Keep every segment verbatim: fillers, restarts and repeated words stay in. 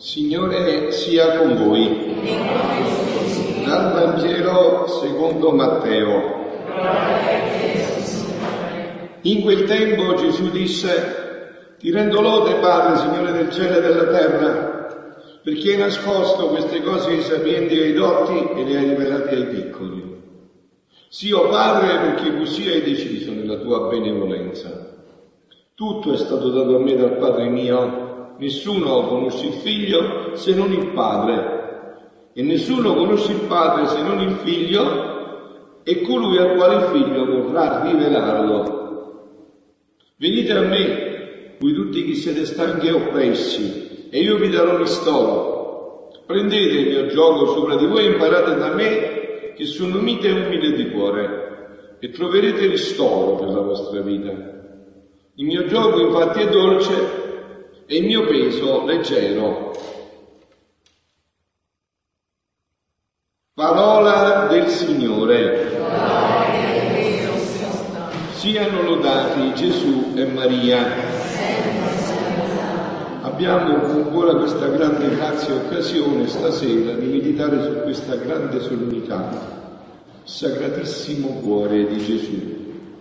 Signore sia con voi. Dal Vangelo secondo Matteo. In quel tempo Gesù disse: Ti rendo lode, Padre, Signore del cielo e della terra, perché hai nascosto queste cose ai sapienti e ai dotti e le hai rivelate ai piccoli. Sì, o Padre, perché così hai deciso nella tua benevolenza. Tutto è stato dato a me dal Padre mio. Nessuno conosce il Figlio se non il Padre, e nessuno conosce il Padre se non il Figlio e colui al quale il Figlio vorrà rivelarlo. Venite a me, voi tutti che siete stanchi e oppressi, e io vi darò ristoro. Prendete il mio giogo sopra di voi e imparate da me, che sono mite e umile di cuore, e troverete ristoro per la vostra vita. Il mio giogo infatti è dolce e il mio peso leggero. Parola del Signore. Siano lodati Gesù e Maria. Abbiamo con cuore questa grande grazia e occasione stasera di meditare su questa grande solennità, il Sacratissimo Cuore di Gesù.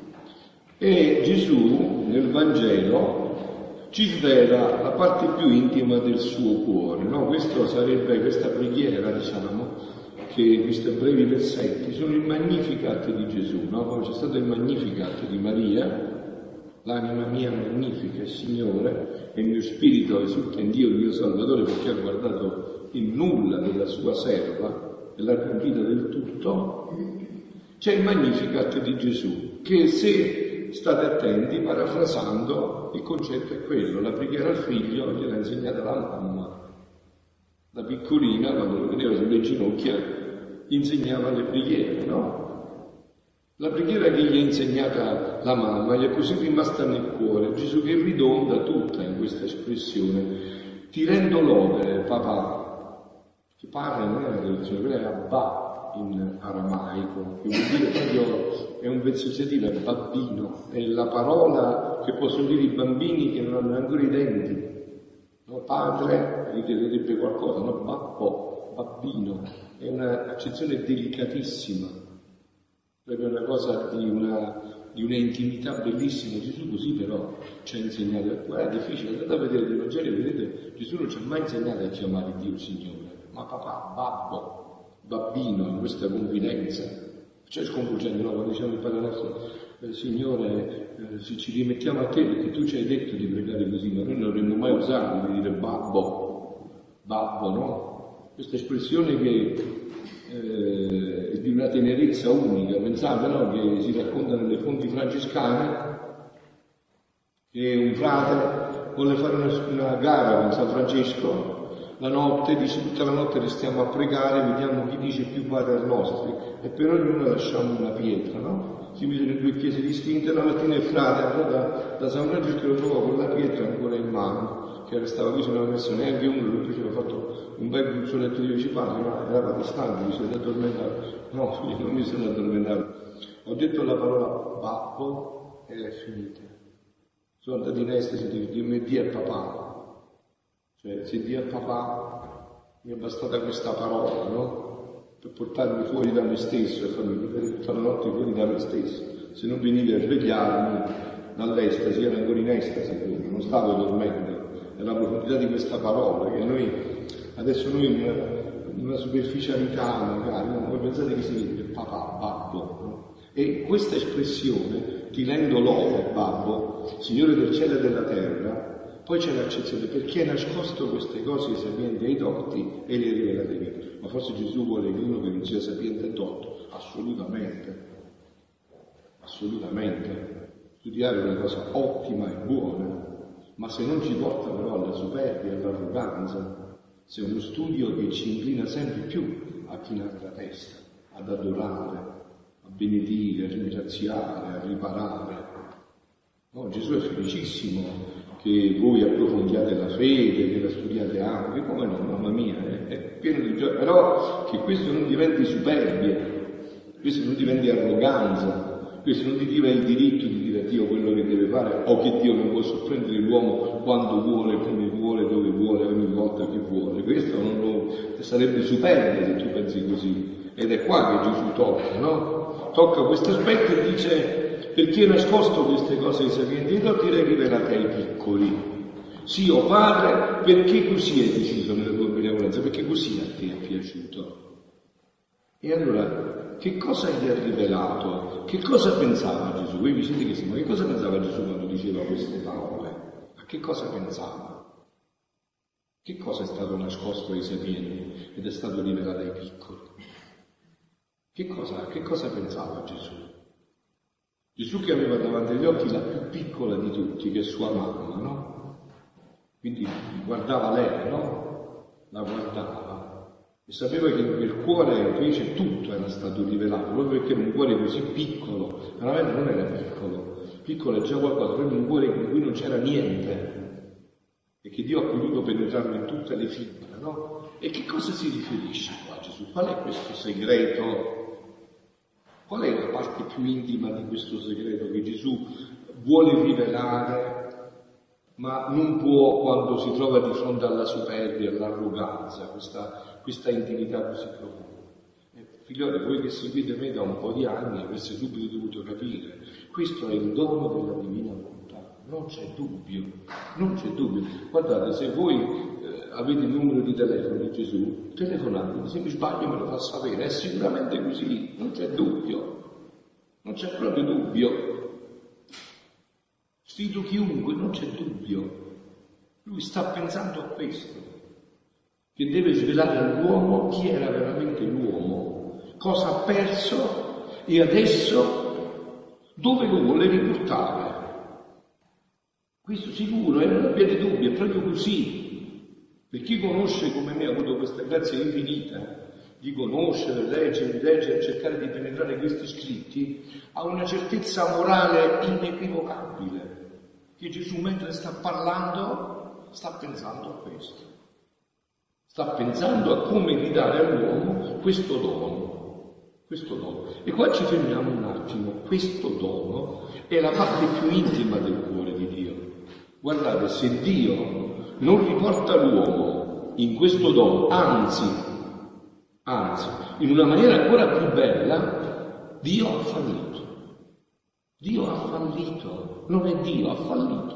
E Gesù nel Vangelo ci svela la parte più intima del suo cuore, no? Questo sarebbe questa preghiera, diciamo, che questi brevi versetti sono il Magnificat di Gesù, no? Come c'è stato il Magnificat di Maria, l'anima mia magnifica il Signore e il mio spirito esulta in Dio il mio Salvatore, perché ha guardato il nulla della sua serva e l'ha riempita del tutto. C'è il Magnificat di Gesù, che se state attenti, parafrasando, il concetto è quello: la preghiera al figlio gliel'ha insegnata la mamma. Da piccolina, quando lo vedeva sulle ginocchia, gli insegnava le preghiere, no? La preghiera che gli ha insegnata la mamma gli è così rimasta nel cuore. Gesù che ridonda tutta in questa espressione: ti rendo lode, papà. Che padre non è la traduzione, quella è Abba in aramaico, che vuol dire proprio, è un vezzeggiativo, è babbino, è la parola che possono dire i bambini che non hanno ancora i denti. No, padre richiederebbe qualcosa, no? Babbo, babbino, è un'accezione delicatissima, proprio una cosa di una, di una intimità bellissima. Gesù così però ci ha insegnato, guarda, è difficile, andate a vedere il Vangelo e vedete, Gesù non ci ha mai insegnato a chiamare Dio Signore, ma papà, babbo, babbino, in questa confidenza. Cioè sconvolgente, no? Quando diciamo il Padre nostro, eh, Signore, eh, se ci rimettiamo a te, perché tu ci hai detto di pregare così, ma noi non avremmo mai usato di dire babbo, babbo, no? Questa espressione che eh, è di una tenerezza unica. Pensate, no? Che si racconta nelle fonti francescane che un frate volle fare una, una gara con San Francesco. La notte, dice, tutta la notte restiamo a pregare, vediamo chi dice più Padre nostri, e per ognuno lasciamo una pietra, no? Si misero in due chiese distinte, la mattina il frate andò da, da San Francesco e lo trovò con la pietra ancora in mano, che restava così, non aveva messo neanche uno, lui invece aveva fatto un bel gruzzoletto di dice, padre, ma era distante, mi siete addormentato. No, figlio, non mi sono addormentato. Ho detto la parola babbo ed è finita. Sono andato in estasi di dirmi Dio e papà. Cioè, se Dio è papà, mi è bastata questa parola, no? Per portarmi fuori da me stesso e farmi vivere tutta la notte fuori da me stesso. Se non venivi a svegliarmi dall'estasi, ero ancora in estasi, non stavo dormendo. È la profondità di questa parola che noi, adesso noi in una, in una superficialità magari, no? Voi pensate che significa papà, babbo, no? E questa espressione, ti rendo lode, babbo, Signore del cielo e della terra. Poi c'è l'accezione, perché hai nascosto queste cose ai sapienti e ai dotti e le rivelate a me. Ma forse Gesù vuole che uno che non sia sapiente e dotto? Assolutamente, assolutamente. Studiare è una cosa ottima e buona, ma se non ci porta però alla superbia, all'arroganza, se è uno studio che ci inclina sempre più a chinare la testa, ad adorare, a benedire, a ringraziare, a riparare. No, Gesù è felicissimo che voi approfondiate la fede, che la studiate anche, come no, mamma mia, è, è pieno di gioia, però che questo non diventi superbia, questo non diventi arroganza, Questo non gli diva il diritto di dire a Dio quello che deve fare, o che Dio non può sorprendere l'uomo quando vuole, come vuole, dove vuole, ogni volta che vuole. Questo non lo, sarebbe superbo se tu pensi così. Ed è qua che Gesù tocca, no? Tocca questo aspetto e dice: perché hai nascosto queste cose ai sapienti e non ti le rivelate ai piccoli? Sì, o Padre, perché così hai deciso nella tua benevolenza, perché così a te è piaciuto. E allora, che cosa gli ha rivelato? Che cosa pensava Gesù? Voi vi siete chiesti, ma che cosa pensava Gesù quando diceva queste parole? A che cosa pensava? Che cosa è stato nascosto ai sapienti ed è stato rivelato ai piccoli? Che cosa, che cosa pensava Gesù? Gesù che aveva davanti agli occhi la più piccola di tutti, che è sua mamma, no? Quindi guardava lei, no? La guardava. E sapeva che in quel cuore invece tutto era stato rivelato, proprio perché era un cuore così piccolo, veramente non era piccolo, piccolo è già qualcosa, proprio un cuore in cui non c'era niente, e che Dio ha potuto penetrarlo in tutte le fibre, no? E che cosa si riferisce qua Gesù? Qual è questo segreto? Qual è la parte più intima di questo segreto che Gesù vuole rivelare, ma non può quando si trova di fronte alla superbia, all'arroganza, questa, questa intimità così profonda? Eh, figlioli, voi che seguite me da un po' di anni avreste subito dovuto capire, questo è il dono della divina volontà, non c'è dubbio, non c'è dubbio. Guardate, se voi eh, avete il numero di telefono di Gesù, telefonate, se mi sbaglio me lo fa sapere, è sicuramente così, non c'è dubbio, non c'è proprio dubbio. Sfido chiunque, non c'è dubbio. Lui sta pensando a questo, che deve svelare all'uomo chi era veramente l'uomo, cosa ha perso e adesso dove lo vuole riportare. Questo sicuro, eh, non abbiate dubbi, è proprio così. Per chi conosce come me ha avuto questa grazia infinita di conoscere, leggere, leggere, cercare di penetrare questi scritti, ha una certezza morale inequivocabile, che Gesù mentre sta parlando sta pensando a questo, sta pensando a come ridare all'uomo questo dono, questo dono. E qua ci fermiamo un attimo, questo dono è la parte più intima del cuore di Dio. Guardate, se Dio non riporta l'uomo in questo dono, anzi, Anzi, in una maniera ancora più bella, Dio ha fallito. Dio ha fallito, non è Dio, ha fallito.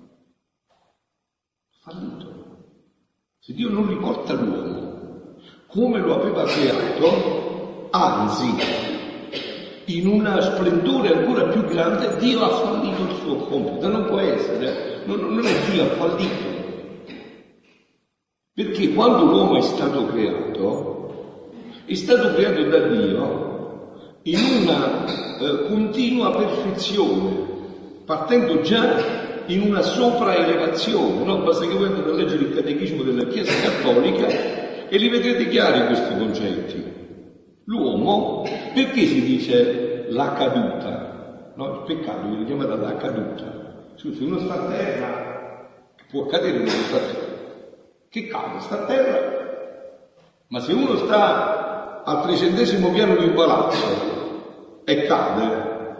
Ha fallito. Se Dio non riporta l'uomo come lo aveva creato, anzi, in una splendore ancora più grande, Dio ha fallito il suo compito. Non può essere, non, non è Dio, ha fallito. Perché quando l'uomo è stato creato, è stato creato da Dio in una eh, continua perfezione, partendo già in una sopraelevazione, no? Basta che voi andate a leggere il catechismo della Chiesa Cattolica e li vedrete chiari questi concetti. L'uomo, perché si dice la caduta? No? Il peccato viene chiamato la caduta. Scusa, se uno sta a terra, può cadere, non sta a terra. Che cade? Sta a terra. Ma se uno sta al trecentesimo piano di un palazzo e cade,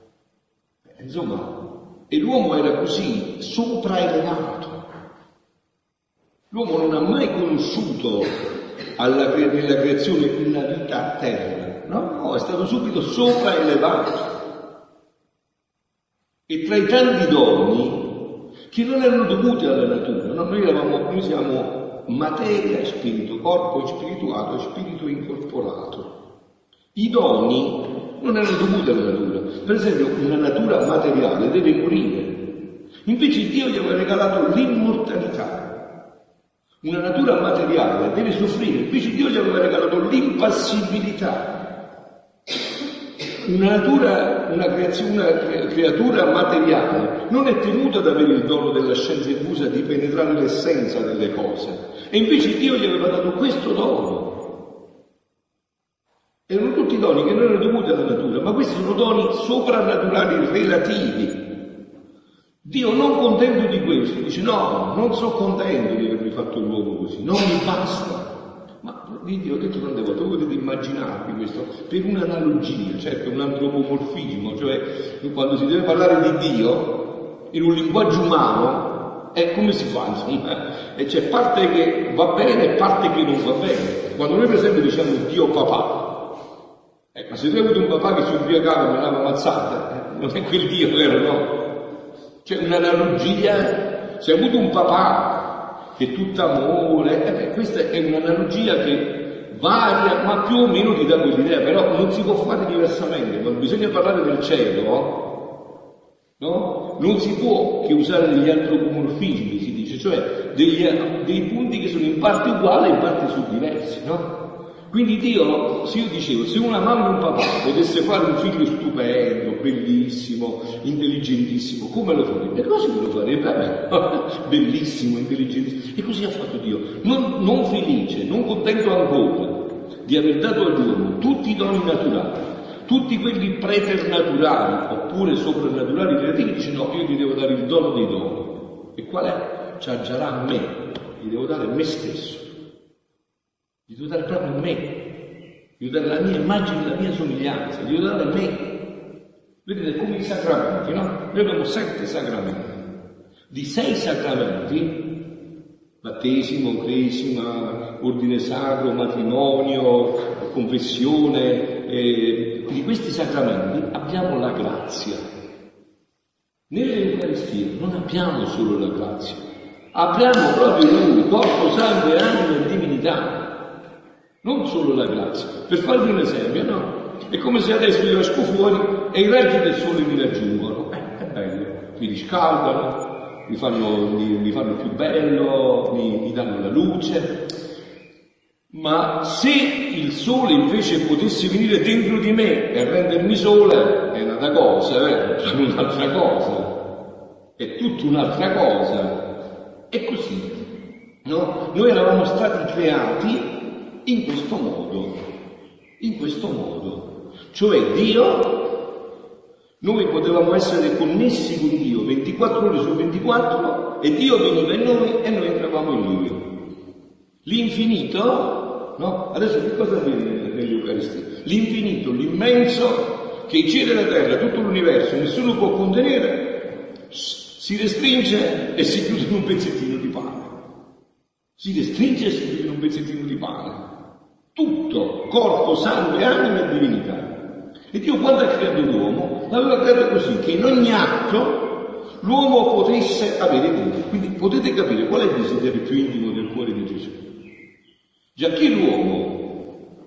insomma, e l'uomo era così sopraelevato. L'uomo non ha mai conosciuto alla, nella creazione una vita a terra, no? No, è stato subito sopraelevato. E tra i tanti doni che non erano dovuti alla natura, no? Noi, eravamo, noi siamo materia e spirito, corpo spirituato e spirito incorporato. I doni non erano dovuti alla natura. Per esempio, una natura materiale deve morire. Invece Dio gli aveva regalato l'immortalità. Una natura materiale deve soffrire. Invece Dio gli aveva regalato l'impassibilità. Una natura, una creazione, una creatura materiale non è tenuta ad avere il dono della scienza infusa di penetrare l'essenza delle cose. E invece Dio gli aveva dato questo dono. Erano tutti doni che non erano dovuti alla natura, ma questi sono doni soprannaturali relativi. Dio, non contento di questo, dice: no, non sono contento di avermi fatto l'uomo così, non mi basta. Ma di Dio. Ho detto tante volte, voi potete immaginarvi questo per un'analogia, cioè per un antropomorfismo, cioè quando si deve parlare di Dio in un linguaggio umano, è come si fa, insomma? E c'è parte che va bene e parte che non va bene. Quando noi per esempio diciamo Dio papà, eh, ma se tu hai avuto un papà che si ubriacava e me l'aveva ammazzata, eh, non è quel Dio vero, no? C'è un'analogia, se hai avuto un papà che è tutto amore, eh beh, questa è un'analogia che varia, ma più o meno ti dà quell'idea, però non si può fare diversamente. Quando bisogna parlare del cielo, no? Non si può che usare degli antropomorfismi, si dice, cioè degli, dei punti che sono in parte uguali e in parte sono diversi, no? Quindi Dio, se io dicevo, se una mamma e un papà potesse fare un figlio stupendo, bellissimo, intelligentissimo, come lo farebbe? E così lo farebbe, bellissimo, intelligentissimo. E così ha fatto Dio. Non, non felice, non contento ancora di aver dato all'uomo tutti i doni naturali, tutti quelli preternaturali, oppure soprannaturali, creativi, dice no, io gli devo dare il dono dei doni. E qual è? Ci aggiarà a me, gli devo dare me stesso. Gli devo dare proprio a me, gli devo dare la mia immagine, la mia somiglianza, gli devo dare a me. Vedete, come i sacramenti, no? Noi abbiamo sette sacramenti. Di sei sacramenti, battesimo, cresima, ordine sacro, matrimonio, confessione, eh, di questi sacramenti abbiamo la grazia. Nell'Eucaristia non abbiamo solo la grazia, abbiamo proprio Lui, corpo, sangue, anima e divinità. Non solo la grazia. Per farvi un esempio, no? È come se adesso io esco fuori e i raggi del sole mi raggiungono. Eh, è bello. Mi riscaldano, mi fanno, mi, mi fanno più bello, mi, mi danno la luce. Ma se il sole invece potesse venire dentro di me e rendermi sole, è un'altra cosa, eh? È un'altra cosa. È tutta un'altra cosa. È così. No? Noi eravamo stati creati in questo modo, in questo modo, cioè Dio, noi potevamo essere connessi con Dio ventiquattro ore su ventiquattro e Dio veniva in noi e noi entravamo in Lui. L'infinito, no? Adesso che cosa avviene nell'Eucaristia? L'infinito, l'immenso, che i cieli e la terra, tutto l'universo, nessuno può contenere, si restringe e si chiude in un pezzettino di pane. Si restringe e si chiude in un pezzettino di pane. Tutto, corpo, sangue, anima e divinità. E Dio quando ha creato l'uomo, l'aveva creato così, che in ogni atto l'uomo potesse avere Dio. Quindi potete capire qual è il desiderio più intimo del cuore di Gesù. Giacché l'uomo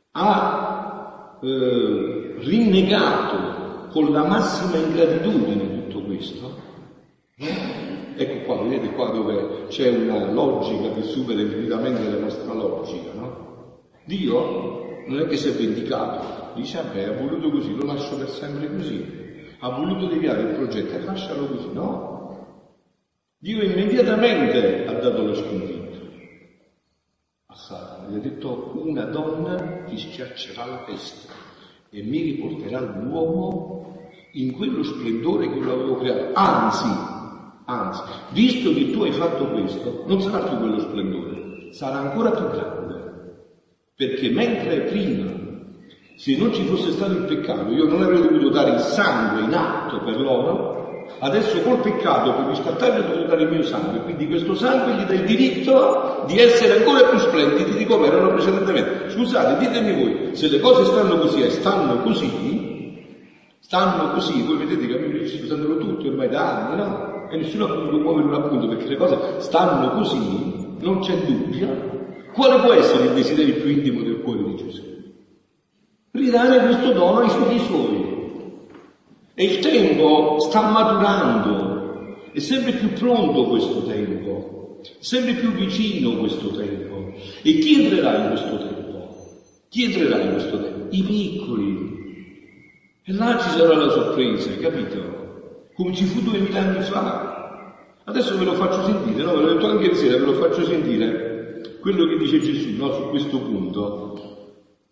ha eh, rinnegato con la massima ingratitudine tutto questo, eh? Ecco qua, vedete qua dove c'è una logica che supera infinitamente la nostra logica, no? Dio non è che si è vendicato, dice vabbè, ha voluto così, lo lascio per sempre così, ha voluto deviare il progetto e lascialo così, no? Dio immediatamente ha dato lo sconfitto a Satana, gli ha detto una donna ti schiaccerà la testa e mi riporterà l'uomo in quello splendore che lo avevo creato, anzi, anzi, visto che tu hai fatto questo, non sarà più quello splendore, sarà ancora più grande. Perché mentre prima, se non ci fosse stato il peccato, io non avrei dovuto dare il sangue in atto per loro, adesso col peccato per riscattare ho dovuto dare il mio sangue, quindi questo sangue gli dà il diritto di essere ancora più splendidi di come erano precedentemente. Scusate, ditemi voi, se le cose stanno così e stanno così, stanno così, voi vedete che a me ci stanno tutti ormai da anni, no? E nessuno ha potuto muovere un appunto perché le cose stanno così, non c'è dubbio. Quale può essere il desiderio più intimo del cuore di Gesù? Ridare questo dono ai figli suoi. E il tempo sta maturando, è sempre più pronto questo tempo, sempre più vicino questo tempo. E chi entrerà in questo tempo? Chi entrerà in questo tempo? I piccoli. E là ci sarà la sorpresa, capito? Come ci fu duemila anni fa. Adesso ve lo faccio sentire, no? Ve l'ho detto anche ieri sera, ve lo faccio sentire. Quello che dice Gesù, no, su questo punto.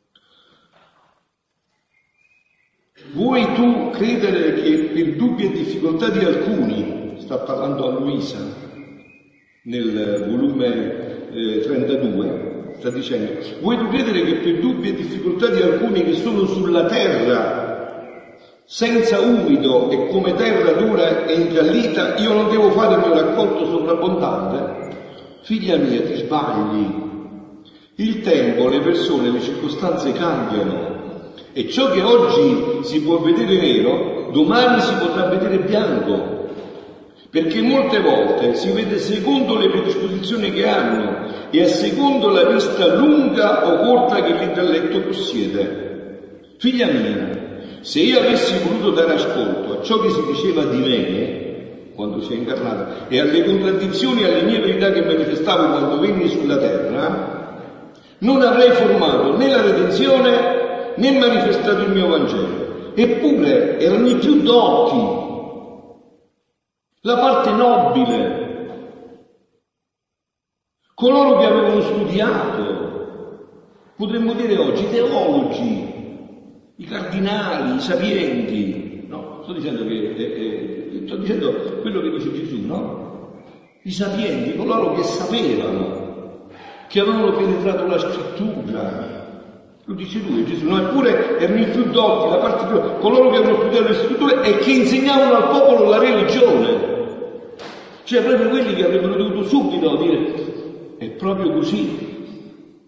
Vuoi tu credere che per dubbi e difficoltà di alcuni, sta parlando a Luisa nel volume eh, trentadue, sta dicendo, vuoi tu credere che per dubbi e difficoltà di alcuni che sono sulla terra, senza umido e come terra dura e incallita, io non devo fare il mio raccolto sovrabbondante? Figlia mia, ti sbagli. Il tempo, le persone, le circostanze cambiano e ciò che oggi si può vedere nero, domani si potrà vedere bianco. Perché molte volte si vede secondo le predisposizioni che hanno e a secondo la vista lunga o corta che l'intelletto possiede. Figlia mia, se io avessi voluto dare ascolto a ciò che si diceva di me, quando si è incarnata, e alle contraddizioni e alle mie verità che manifestavo quando venni sulla terra, non avrei formato né la redenzione né manifestato il mio Vangelo. Eppure erano i più dotti, la parte nobile, coloro che avevano studiato, potremmo dire oggi, i teologi, i cardinali, i sapienti, no? Sto dicendo che, eh, eh, sto dicendo quello che dice Gesù, no? I sapienti, coloro che sapevano, che avevano penetrato la scrittura. Lo dice lui, Gesù, no? Eppure erano i più dotti, la parte più, coloro che avevano studiato le scritture e che insegnavano al popolo la religione. Cioè proprio quelli che avrebbero dovuto subito dire, è proprio così.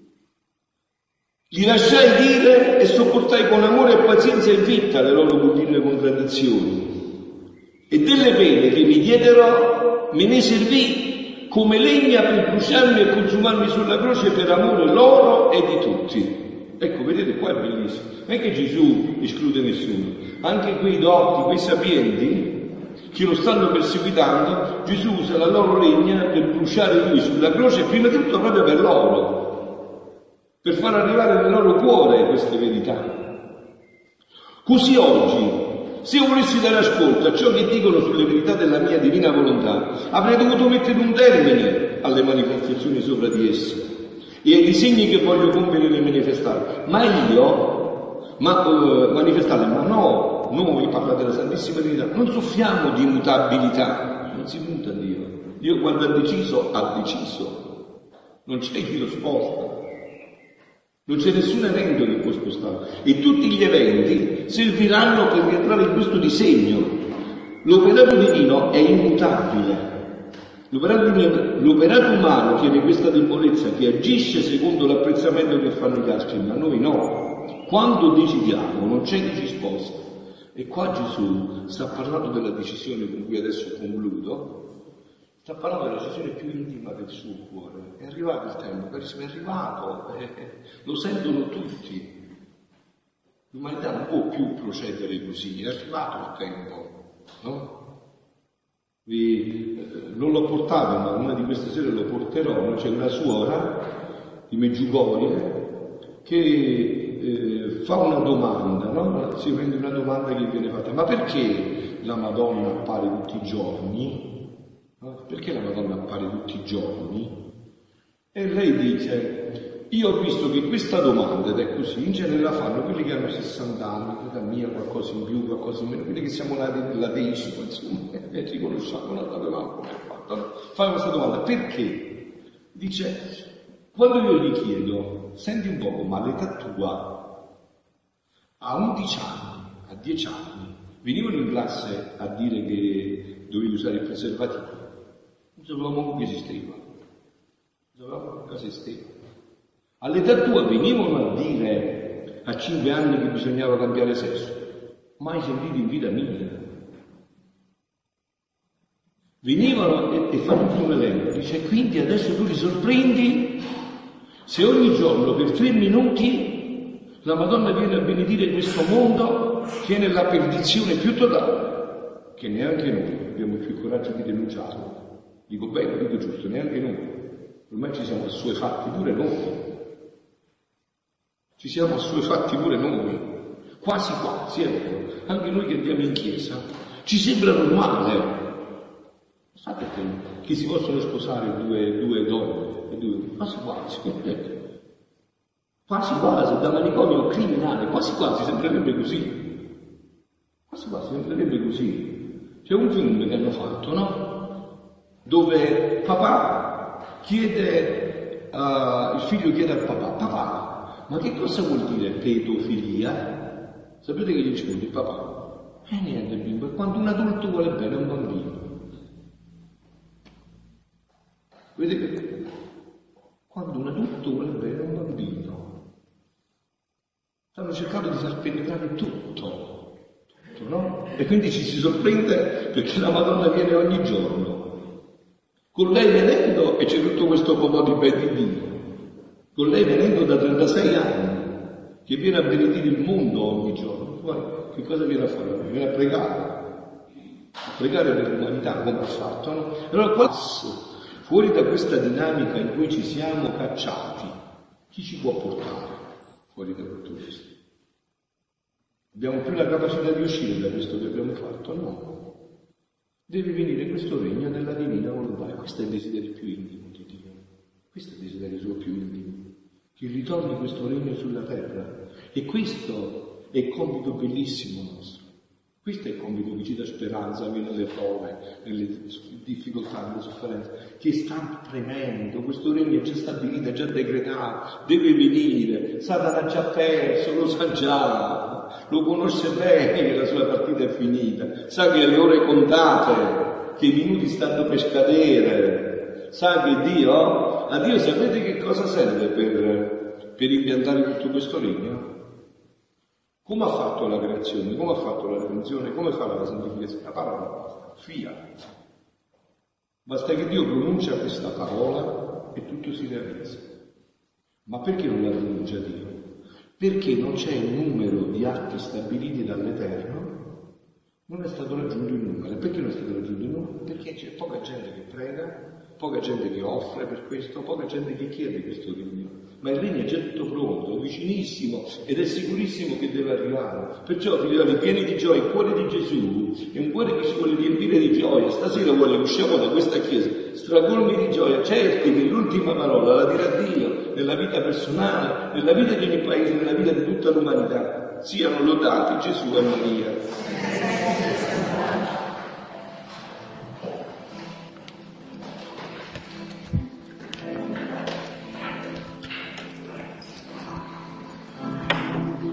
Li lasciai dire e sopportai con amore e pazienza e vita le loro continue contraddizioni. E delle pene che mi diedero me ne servì come legna per bruciarmi e consumarmi sulla croce per amore loro e di tutti. Ecco, vedete, qua è bellissimo. Non è che Gesù esclude nessuno. Anche quei dotti, quei sapienti che lo stanno perseguitando, Gesù usa la loro legna per bruciare lui sulla croce, prima di tutto proprio per loro, per far arrivare nel loro cuore queste verità. Così oggi, se io volessi dare ascolto a ciò che dicono sulle verità della mia divina volontà, avrei dovuto mettere un termine alle manifestazioni sopra di esse e ai disegni che voglio compiere e manifestare. Ma io, ma, uh, manifestarle, ma no, noi, parla della Santissima Trinità, non soffriamo di mutabilità, non si muta Dio. Dio quando ha deciso, ha deciso. Non c'è chi lo sposta. Non c'è nessun evento che può spostare. E tutti gli eventi serviranno per rientrare in questo disegno. L'operato divino è immutabile. L'operato, l'operato umano tiene questa debolezza che agisce secondo l'apprezzamento che fanno gli altri, ma noi no. Quando decidiamo non c'è chi ci sposta. E qua Gesù sta parlando della decisione con cui adesso concludo, sta parlando della decisione più intima del suo cuore. È arrivato il tempo, carissimo, è arrivato, eh, eh, lo sentono tutti. L'umanità non può più procedere così, è arrivato il tempo, no? Vi, eh, non l'ho portato, ma una di queste sere lo porterò, no? C'è una suora di Meggiugorie che eh, fa una domanda, no? Si prende una domanda che viene fatta, ma perché la Madonna appare tutti i giorni? No? Perché la Madonna appare tutti i giorni? E lei dice, io ho visto che questa domanda, ed è così, in genere la fanno quelli che hanno sessanta anni, l'età mia, qualcosa in più, qualcosa in meno, quelli che siamo nati nella decima, insomma, e riconosciamo, non l'avevamo mai fatto. No? Fa questa domanda, perché? Dice, quando io gli chiedo, senti un poco, ma l'età tua, a undici anni, a dieci anni, venivano in classe a dire che dovevi usare il preservativo, non sapevamo che esisteva, non sapevamo che esisteva. All'età tua venivano a dire a cinque anni che bisognava cambiare sesso, mai sentito in vita mia. Venivano e, e fanno tutto un elenco, dice, quindi adesso tu li sorprendi se ogni giorno per tre minuti la Madonna viene a benedire questo mondo che è nella perdizione più totale, che neanche noi abbiamo più il coraggio di denunciarlo. Dico bene, dico giusto, neanche noi. Ormai ci siamo assuefatti pure noi. Ci siamo assuefatti pure noi. Quasi quasi, è vero. Anche noi che andiamo in chiesa. Ci sembra normale. Sapete che si possono sposare due, due donne e due. Quasi quasi. Quasi quasi, da manicomio criminale, quasi quasi sembrerebbe così. Quasi quasi sembrerebbe così. C'è un film che hanno fatto, no? Dove papà chiede uh, il figlio chiede al papà, papà, ma che cosa vuol dire pedofilia? Sapete che gli risponde il papà? Eh niente bimbo, è quando un adulto vuole bene a un bambino. Vedete? Quando un adulto vuole bene a un bambino. Stanno cercando di far penetrare tutto, tutto, no? E quindi ci si sorprende perché la Madonna viene ogni giorno. Con lei venendo, e c'è tutto questo po' di benedito, con lei venendo da trentasei anni, che viene a benedire il mondo ogni giorno. Guarda, che cosa viene a fare? Viene a pregare, a pregare per l'umanità, come ha fatto, no? Allora qua, fuori da questa dinamica in cui ci siamo cacciati, chi ci può portare fuori da tutto questo? Abbiamo più la capacità di uscire da questo che abbiamo fatto? No. Deve venire questo regno della divina volontà. E questo è il desiderio più intimo di Dio. Questo è il desiderio suo più intimo. Che ritorni questo regno sulla terra. E questo è il compito bellissimo nostro. Questo è il compito che ci dà speranza nelle prove, nelle difficoltà, nelle sofferenze, che sta tremendo, questo regno è già stabilito, è già decretato, deve venire, Satana ha già perso, lo sa già, lo conosce bene che la sua partita è finita, sa che ha le ore contate, che i minuti stanno per scadere, sa che Dio, a Dio sapete che cosa serve per, per impiantare tutto questo regno? Come ha fatto la creazione? Come ha fatto la redenzione? Come fa la santificazione? La parola, fiat. Basta che Dio pronuncia questa parola e tutto si realizza. Ma perché non la pronuncia Dio? Perché non c'è un numero di atti stabiliti dall'Eterno, non è stato raggiunto il numero. Perché non è stato raggiunto il numero? Perché c'è poca gente che prega, poca gente che offre per questo, poca gente che chiede questo regno. Ma il regno è già tutto pronto, vicinissimo, ed è sicurissimo che deve arrivare. Perciò, figlioli, pieni di gioia, il cuore di Gesù è un cuore che ci vuole riempire di gioia. Stasera vuole usciamo da questa chiesa, stracolmi di gioia, certi che l'ultima parola la dirà Dio nella vita personale, nella vita di ogni paese, nella vita di tutta l'umanità. Siano lodati Gesù e Maria.